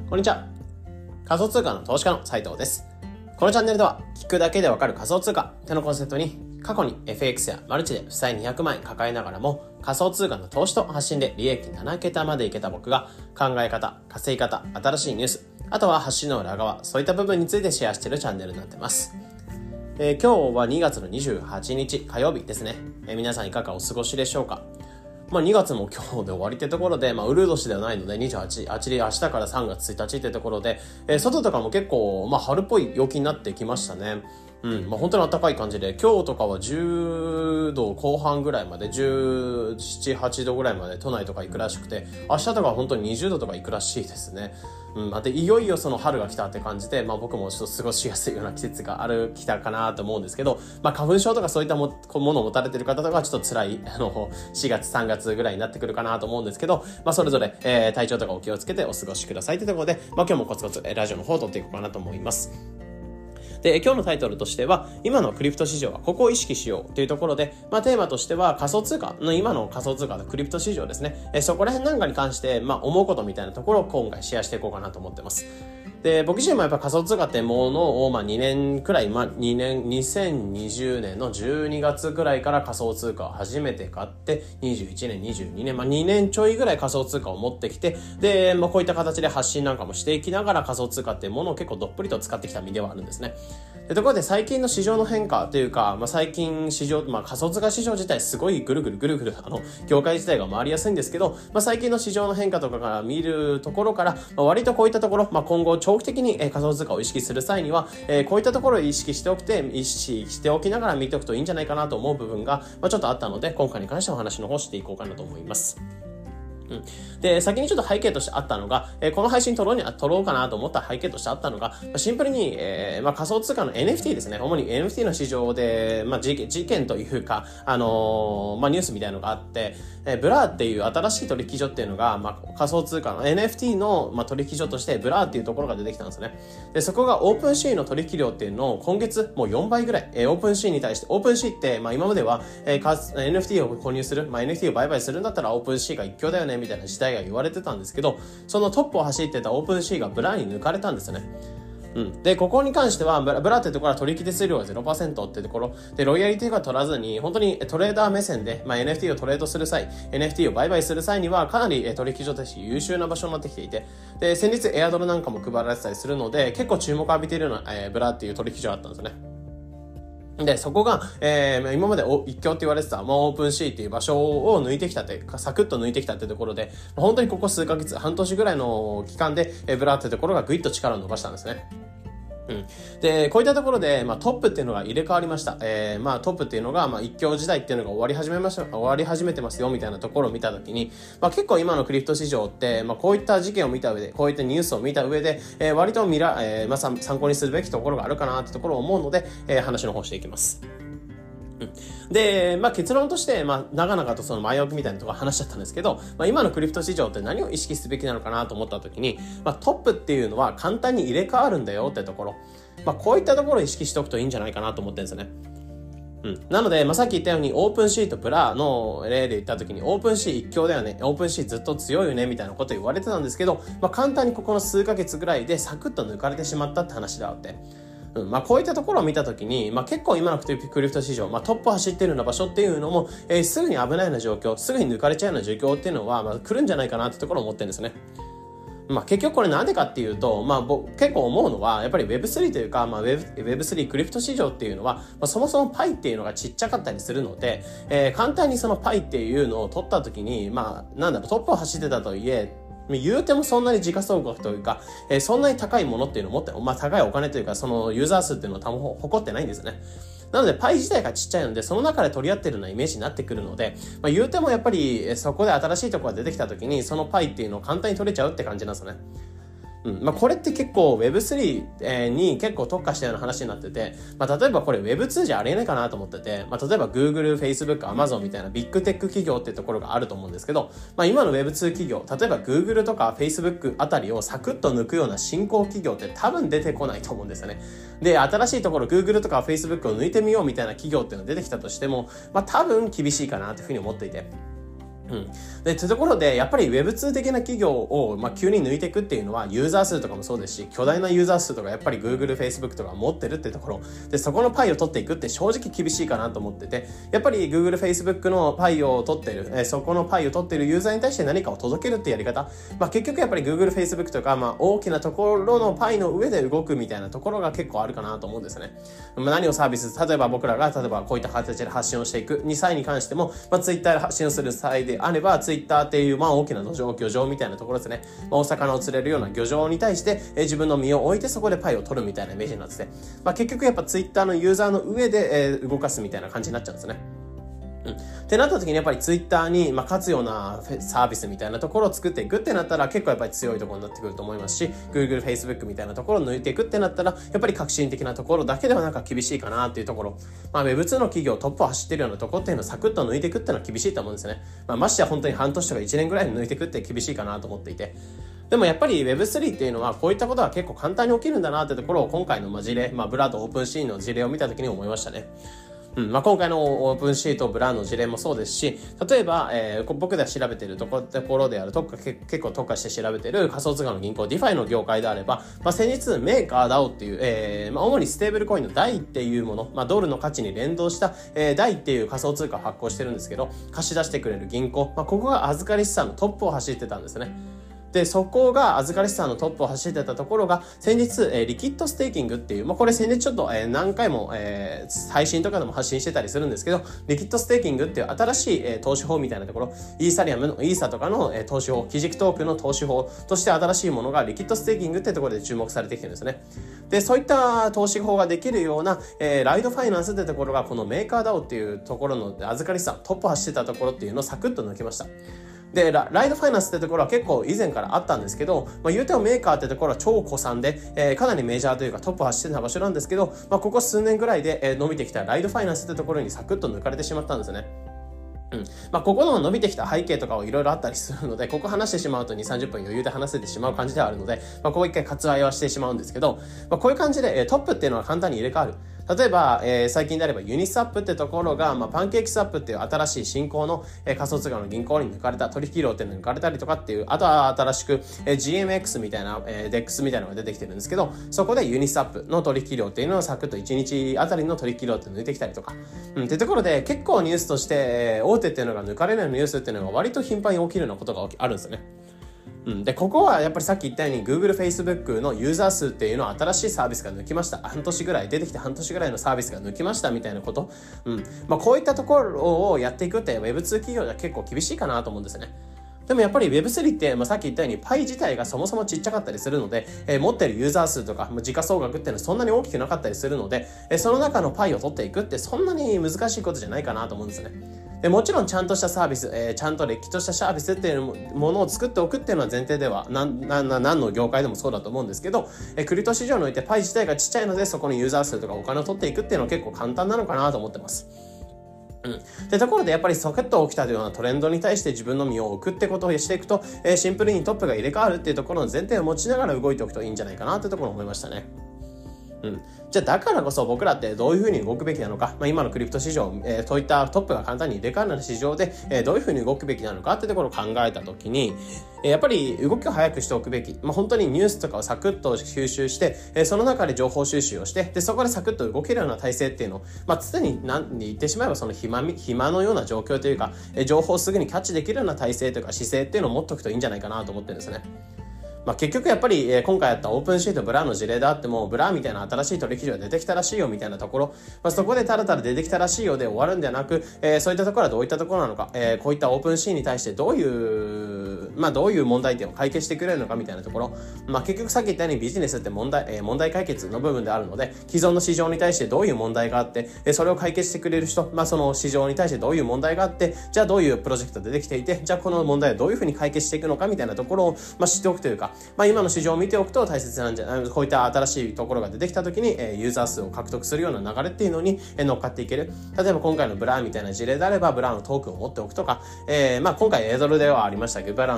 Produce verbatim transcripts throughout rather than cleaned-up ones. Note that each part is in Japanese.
こんにちは。仮想通貨の投資家の斉藤です。このチャンネルでは聞くだけでわかる仮想通貨ってのコンセプトに、過去に エフエックス やマルチで負債にひゃくまんえん抱えながらも仮想通貨の投資と発信で利益ななけたまでいけた僕が、考え方、稼ぎ方、新しいニュース、あとは発信の裏側、そういった部分についてシェアしているチャンネルになっています。えー、今日はにがつのにじゅうはちにち火曜日ですね。えー、皆さんいかがお過ごしでしょうか。まあ、にがつも今日で終わりってところで、まあ、うるう年ではないのでにじゅうはち、あちり明日からさんがつついたちってところで、えー、外とかも結構、まあ、春っぽい陽気になってきましたね。うん、まあ、本当に暖かい感じで、今日とかはじゅうどこうはんぐらいまで、じゅうなな、はちどぐらいまで都内とか行くらしくて、明日とかは本当ににじゅうどとか行くらしいですね。うん、でいよいよその春が来たって感じで、まあ、僕もちょっと過ごしやすいような季節がある来たかなと思うんですけど、まあ、花粉症とかそういったもものを持たれている方とかはちょっと辛いあのしがつさんがつぐらいになってくるかなと思うんですけど、まあ、それぞれ、えー、体調とかお気をつけてお過ごしくださいというところで、まあ、今日もコツコツラジオの方を撮っていこうかなと思います。で、今日のタイトルとしては、今のクリプト市場はここを意識しようというところで、まあ、テーマとしては仮想通貨の今の仮想通貨のクリプト市場ですね。えそこら辺なんかに関して、まあ、思うことみたいなところを今回シェアしていこうかなと思ってます。で、僕自身もやっぱ仮想通貨ってものを、まあ、にねんくらい、まあ、にねん、にせんにじゅうねんのじゅうにがつくらいから仮想通貨を初めて買って、にじゅういちねん、にじゅうにねん、まあ、にねんちょいぐらい仮想通貨を持ってきて、で、まあ、こういった形で発信なんかもしていきながら仮想通貨っていうものを結構どっぷりと使ってきた身ではあるんですね。でところで最近の市場の変化というか、まあ、最近市場、まあ、仮想通貨市場自体すごいぐるぐるぐるぐるあの業界自体が回りやすいんですけど、まあ、最近の市場の変化とかから見るところから、まあ、割とこういったところ、まあ、今後長期的に仮想通貨を意識する際には、えー、こういったところを意識しておくて意識しておきながら見ておくといいんじゃないかなと思う部分が、まあ、ちょっとあったので、今回に関してお話の方していこうかなと思います。うん、で先にちょっと背景としてあったのが、えー、この配信撮ろうに撮ろうかなと思った背景としてあったのが、シンプルに、えーまあ、仮想通貨の エヌエフティー ですね。主に エヌエフティー の市場で、まあ、事件、事件というか、あのーまあ、ニュースみたいなのがあって、えー、ブラーっていう新しい取引所っていうのが、まあ、仮想通貨の エヌエフティー の、まあ、取引所としてブラーっていうところが出てきたんですね。でそこがオープンシーの取引量っていうのを今月もうよんばいぐらい、えー、オープンシーに対して、オープンシーって、まあ、今までは、えー、エヌエフティー を購入する、まあ、エヌエフティー を売買するんだったらオープンシーが一強だよねみたいな時代が言われてたんですけど、そのトップを走ってたオープンシーがブラに抜かれたんですよね。うん、でここに関してはブラ、ブラってところは取引手数料が ゼロパーセント ってところで、ロイヤリティが取らずに本当にトレーダー目線で、まあ、エヌエフティー をトレードする際、 エヌエフティー を売買する際にはかなり取引所として優秀な場所になってきていて、で先日エアドルなんかも配られてたりするので、結構注目を浴びているような、えー、ブラっていう取引所があったんですよね。で、そこが、えー、今まで一強って言われてた、まあ、オープンシーっていう場所を抜いてきたって、サクッと抜いてきたってところで、本当にここ数ヶ月、半年ぐらいの期間で、えー、ブラってところがぐいっと力を伸ばしたんですね。うん、でこういったところで、まあ、トップっていうのが入れ替わりました。えー、まあトップっていうのが、まあ、一強時代っていうのが終わり始めました終わり始めてますよみたいなところを見たときに、まあ、結構今のクリプト市場って、まあ、こういった事件を見た上で、こういったニュースを見た上で、えー、割とミラ、えーまあ、参考にするべきところがあるかなってところを思うので、えー、話の方していきます。うん、で、まあ、結論として、まあ、長々とその前置きみたいなところ話しちゃったんですけど、まあ、今のクリプト市場って何を意識すべきなのかなと思った時に、まあ、トップっていうのは簡単に入れ替わるんだよってところ、まあ、こういったところを意識しておくといいんじゃないかなと思ってるんですよね。うん、なので、まあ、さっき言ったようにオープンシーとブラの例で言った時に、オープンシー一強だよね、オープンシーずっと強いよねみたいなこと言われてたんですけど、まあ、簡単にここの数ヶ月ぐらいでサクッと抜かれてしまったって話だって。うんまあ、こういったところを見たときに、まあ、結構今のクリプト市場、まあ、トップ走っているような場所っていうのも、えー、すぐに危ないような状況、すぐに抜かれちゃうような状況っていうのは、まあ、来るんじゃないかなってところを思ってるんですね。まあ、結局これなんでかっていうと、まあ、僕結構思うのはやっぱり ウェブスリー というか、まあ、ウェブ ウェブスリー クリプト市場っていうのは、まあ、そもそもパイっていうのがちっちゃかったりするので、えー、簡単にそのパイっていうのを取った時に、まあ、なんだろう、トップを走ってたといえ言うてもそんなに時価総額というか、えー、そんなに高いものっていうのを持って、まあ高いお金というか、そのユーザー数っていうのを多分誇ってないんですよね。なので、パイ自体がちっちゃいので、その中で取り合ってるようなイメージになってくるので、まあ言うてもやっぱり、そこで新しいところが出てきた時に、そのパイっていうのを簡単に取れちゃうって感じなんですよね。うんまあ、これって結構 ウェブスリー に結構特化したような話になってて、まあ、例えばこれ ウェブツー じゃありえないかなと思ってて、まあ、例えば Google、Facebook、Amazon みたいなビッグテック企業っていうところがあると思うんですけど、まあ、今の ウェブツー 企業、例えば Google とか Facebook あたりをサクッと抜くような新興企業って多分出てこないと思うんですよね。で、新しいところ Google とか Facebook を抜いてみようみたいな企業っていうのが出てきたとしても、まあ、多分厳しいかなというふうに思っていて。 うん。で、というところで、やっぱり ウェブツー 的な企業を、まあ、急に抜いていくっていうのは、ユーザー数とかもそうですし、巨大なユーザー数とか、やっぱり Google、Facebook とか持ってるってところ、で、そこのパイを取っていくって正直厳しいかなと思ってて、やっぱり Google、Facebook のパイを取ってる、えー、そこのパイを取ってるユーザーに対して何かを届けるってやり方、まあ、結局やっぱり Google、Facebook とか、まあ、大きなところのパイの上で動くみたいなところが結構あるかなと思うんですね。まあ、何をサービス、例えば僕らが、例えばこういった形で発信をしていくに際に関しても、まあ、Twitter で発信をする際であれば、Twitterっていう、まあ、大きな土壌、漁場みたいなところですね。まあ、お魚を釣れるような漁場に対して、えー、自分の身を置いてそこでパイを取るみたいなイメージになってて、まあ、結局やっぱ Twitter のユーザーの上で、えー、動かすみたいな感じになっちゃうんですね。うん。ってなった時にやっぱりツイッターに、まあ、勝つようなサービスみたいなところを作っていくってなったら結構やっぱり強いところになってくると思いますし、Google、Facebook みたいなところを抜いていくってなったら、やっぱり革新的なところだけではなんか厳しいかなっていうところ。まあ ウェブツー の企業トップを走ってるようなところっていうのをサクッと抜いていくっていうのは厳しいと思うんですね。まあましてや本当に半年とかいちねんぐらいで抜いていくって厳しいかなと思っていて。でもやっぱり ウェブスリー っていうのはこういったことは結構簡単に起きるんだなってところを今回の事例、まあブラとオープンシーンの事例を見た時に思いましたね。うん。まあ、今回のオープンシート、ブラウンの事例もそうですし、例えば、えー、僕で調べてるところである、特化、結構特化して調べてる仮想通貨の銀行、ディファイの業界であれば、まあ、先日、メーカー ダオ っていう、えー、まあ、主にステーブルコインのダイっていうもの、まあ、ドルの価値に連動した、えー、ダイっていう仮想通貨を発行してるんですけど、貸し出してくれる銀行、まあ、ここが預かり資産のトップを走ってたんですね。で、そこが預かり資産のトップを走ってたところが、先日、えー、リキッドステーキングっていう、まあ、これ先日ちょっと、えー、何回も、えー、配信とかでも発信してたりするんですけど、リキッドステーキングっていう新しい、えー、投資法みたいなところ、イーサリアムの、イーサとかの、えー、投資法、基軸トークの投資法として新しいものがリキッドステーキングってところで注目されてきてるんですね。で、そういった投資法ができるような、えー、ライドファイナンスってところが、このメーカー ダオ っていうところの預かり資産、トップを走ってたところっていうのをサクッと抜きました。で、ライドファイナンスってところは結構以前からあったんですけど、まあ、言うてもメーカーってところは超古参で、えー、かなりメジャーというかトップを走ってた場所なんですけど、まあ、ここ数年ぐらいで、えー、伸びてきたライドファイナンスってところにサクッと抜かれてしまったんですね。うん。まあ、ここの伸びてきた背景とかはいろいろあったりするので、ここ話してしまうとにじゅう、さんじゅっぷん余裕で話せてしまう感じではあるので、まあ、ここ一回割愛はしてしまうんですけど、まあ、こういう感じで、えー、トップっていうのは簡単に入れ替わる。例えば、えー、最近であればユニスワップってところが、まあ、パンケーキスワップっていう新しい新興の、えー、仮想通貨の銀行に抜かれた、取引量っていうのに抜かれたりとかっていう、あとは新しく、えー、ジーエムエックス みたいな、えー、デックス みたいなのが出てきてるんですけど、そこでユニスワップの取引量っていうのをサクッといちにちあたりの取引量って抜いてきたりとか、うん、ってところで結構ニュースとして、えー、大手っていうのが抜かれないニュースっていうのが割と頻繁に起きるようなことがあるんですよね。うん。で、ここはやっぱりさっき言ったように Google、Facebook のユーザー数っていうのは新しいサービスが抜きました。半年ぐらい、出てきて半年ぐらいのサービスが抜きましたみたいなこと。うん。まあこういったところをやっていくって ウェブツー 企業では結構厳しいかなと思うんですね。でもやっぱり ウェブスリー って、まあ、さっき言ったようにパイ自体がそもそもちっちゃかったりするので、えー、持ってるユーザー数とか、まあ、時価総額っていうのはそんなに大きくなかったりするので、えー、その中のパイを取っていくってそんなに難しいことじゃないかなと思うんですね。でもちろんちゃんとしたサービス、えー、ちゃんとれっきとしたサービスっていうものを作っておくっていうのは前提では何の業界でもそうだと思うんですけど、えー、クリプト市場においてパイ自体がちっちゃいのでそこのユーザー数とかお金を取っていくっていうのは結構簡単なのかなと思ってます。うん。ってところでやっぱりソケット起きたというようなトレンドに対して自分の身を置くってことをしていくと、えー、シンプルにトップが入れ替わるっていうところの前提を持ちながら動いておくといいんじゃないかなってところを思いましたね。うん。じゃあだからこそ僕らってどういうふうに動くべきなのか、まあ、今のクリプト市場、えー、そういったトップが簡単に入れ替わるような市場で、えー、どういうふうに動くべきなのかってところを考えたときに、えー、やっぱり動きを早くしておくべき、まあ、本当にニュースとかをサクッと吸収して、えー、その中で情報収集をして、でそこでサクッと動けるような体制っていうのを、まあ、常に何に言ってしまえばその暇暇のような状況というか、えー、情報をすぐにキャッチできるような体制というか姿勢っていうのを持っておくといいんじゃないかなと思ってるんですね。まあ、結局やっぱり、えー、今回やったオープンシートブラーの事例であっても、ブラーみたいな新しい取引所が出てきたらしいよみたいなところ、まあ、そこでただただ出てきたらしいよで終わるんではなく、えー、そういったところはどういったところなのか、えー、こういったオープンシーに対してどういう、まあどういう問題点を解決してくれるのかみたいなところ、まあ結局さっき言ったようにビジネスって問題、えー、問題解決の部分であるので、既存の市場に対してどういう問題があって、えー、それを解決してくれる人、まあその市場に対してどういう問題があって、じゃあどういうプロジェクトが出てきていて、じゃあこの問題をどういうふうに解決していくのかみたいなところを、まあ知っておくというか、まあ今の市場を見ておくと大切なんじゃない、こういった新しいところが出てきた時に、えー、ユーザー数を獲得するような流れっていうのに、えー、乗っかっていける。例えば今回のブラーみたいな事例であれば、ブラーのトークンを持っておくとか、えー、まあ今回エードルではありましたけど、ブラーの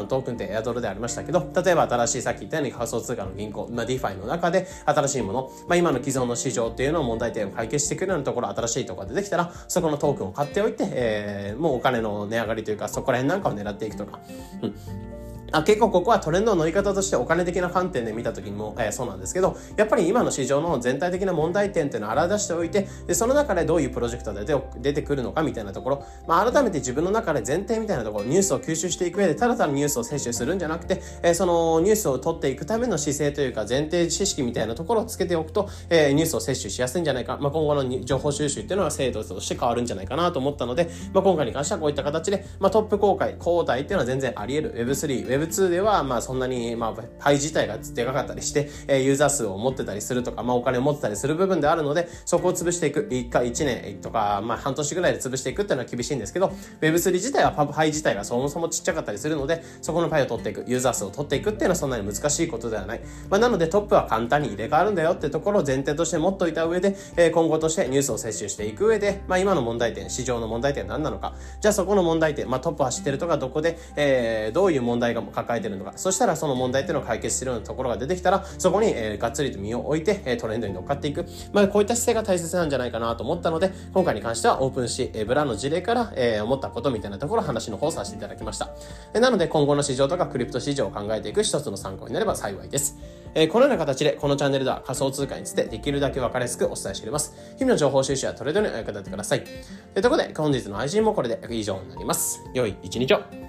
トークンってエアドルでありましたけど、例えば新しいさっき言ったように仮想通貨の銀行、まあ、ディファイの中で新しいもの、まあ、今の既存の市場っていうのを問題点を解決してくるようなところ、新しいところが出てきたら、そこのトークンを買っておいて、えー、もうお金の値上がりというか、そこら辺なんかを狙っていくとか、うんあ結構ここはトレンドの乗り方としてお金的な観点で見た時にも、えー、そうなんですけど、やっぱり今の市場の全体的な問題点っていうのを洗い出しておいて、でその中でどういうプロジェクトで出てくるのかみたいなところ、まあ、改めて自分の中で前提みたいなところ、ニュースを吸収していく上でただただニュースを摂取するんじゃなくて、えー、そのニュースを取っていくための姿勢というか前提知識みたいなところをつけておくと、えー、ニュースを摂取しやすいんじゃないか、まあ、今後の情報収集っていうのは制度として変わるんじゃないかなと思ったので、まあ、今回に関してはこういった形で、まあ、トップ公開交代っていうのは全然あり得る ウェブスリー、ウェブツー ではまあそんなに、まあ、パイ自体がでかかったりして、えー、ユーザー数を持ってたりするとか、まあ、お金を持ってたりする部分であるので、そこを潰していく。いっかいいちねんとか、まあ、半年ぐらいで潰していくっていうのは厳しいんですけど、ウェブスリー 自体はパイ自体がそもそもちっちゃかったりするので、そこのパイを取っていく、ユーザー数を取っていくっていうのはそんなに難しいことではない。まあ、なのでトップは簡単に入れ替わるんだよってところを前提として持っておいた上で、えー、今後としてニュースを摂取していく上で、まあ、今の問題点、市場の問題点は何なのか、じゃあそこの問題点、まあ、トップ走ってるとかどこで、えー、どういう問題が抱えてるのか、そしたらその問題点を解決しているようなところが出てきたら、そこに、えー、がっつりと身を置いて、えー、トレンドに乗っかっていく。まあ、こういった姿勢が大切なんじゃないかなと思ったので、今回に関してはオープンシー、えー、ブラの事例から、えー、思ったことみたいなところ話の方をさせていただきました。えー、なので今後の市場とかクリプト市場を考えていく一つの参考になれば幸いです。えー、このような形でこのチャンネルでは仮想通貨についてできるだけ分かりやすくお伝えしております。日々の情報収集やトレードにお役立てください。というところで本日の配信もこれで以上になります。良い一日を。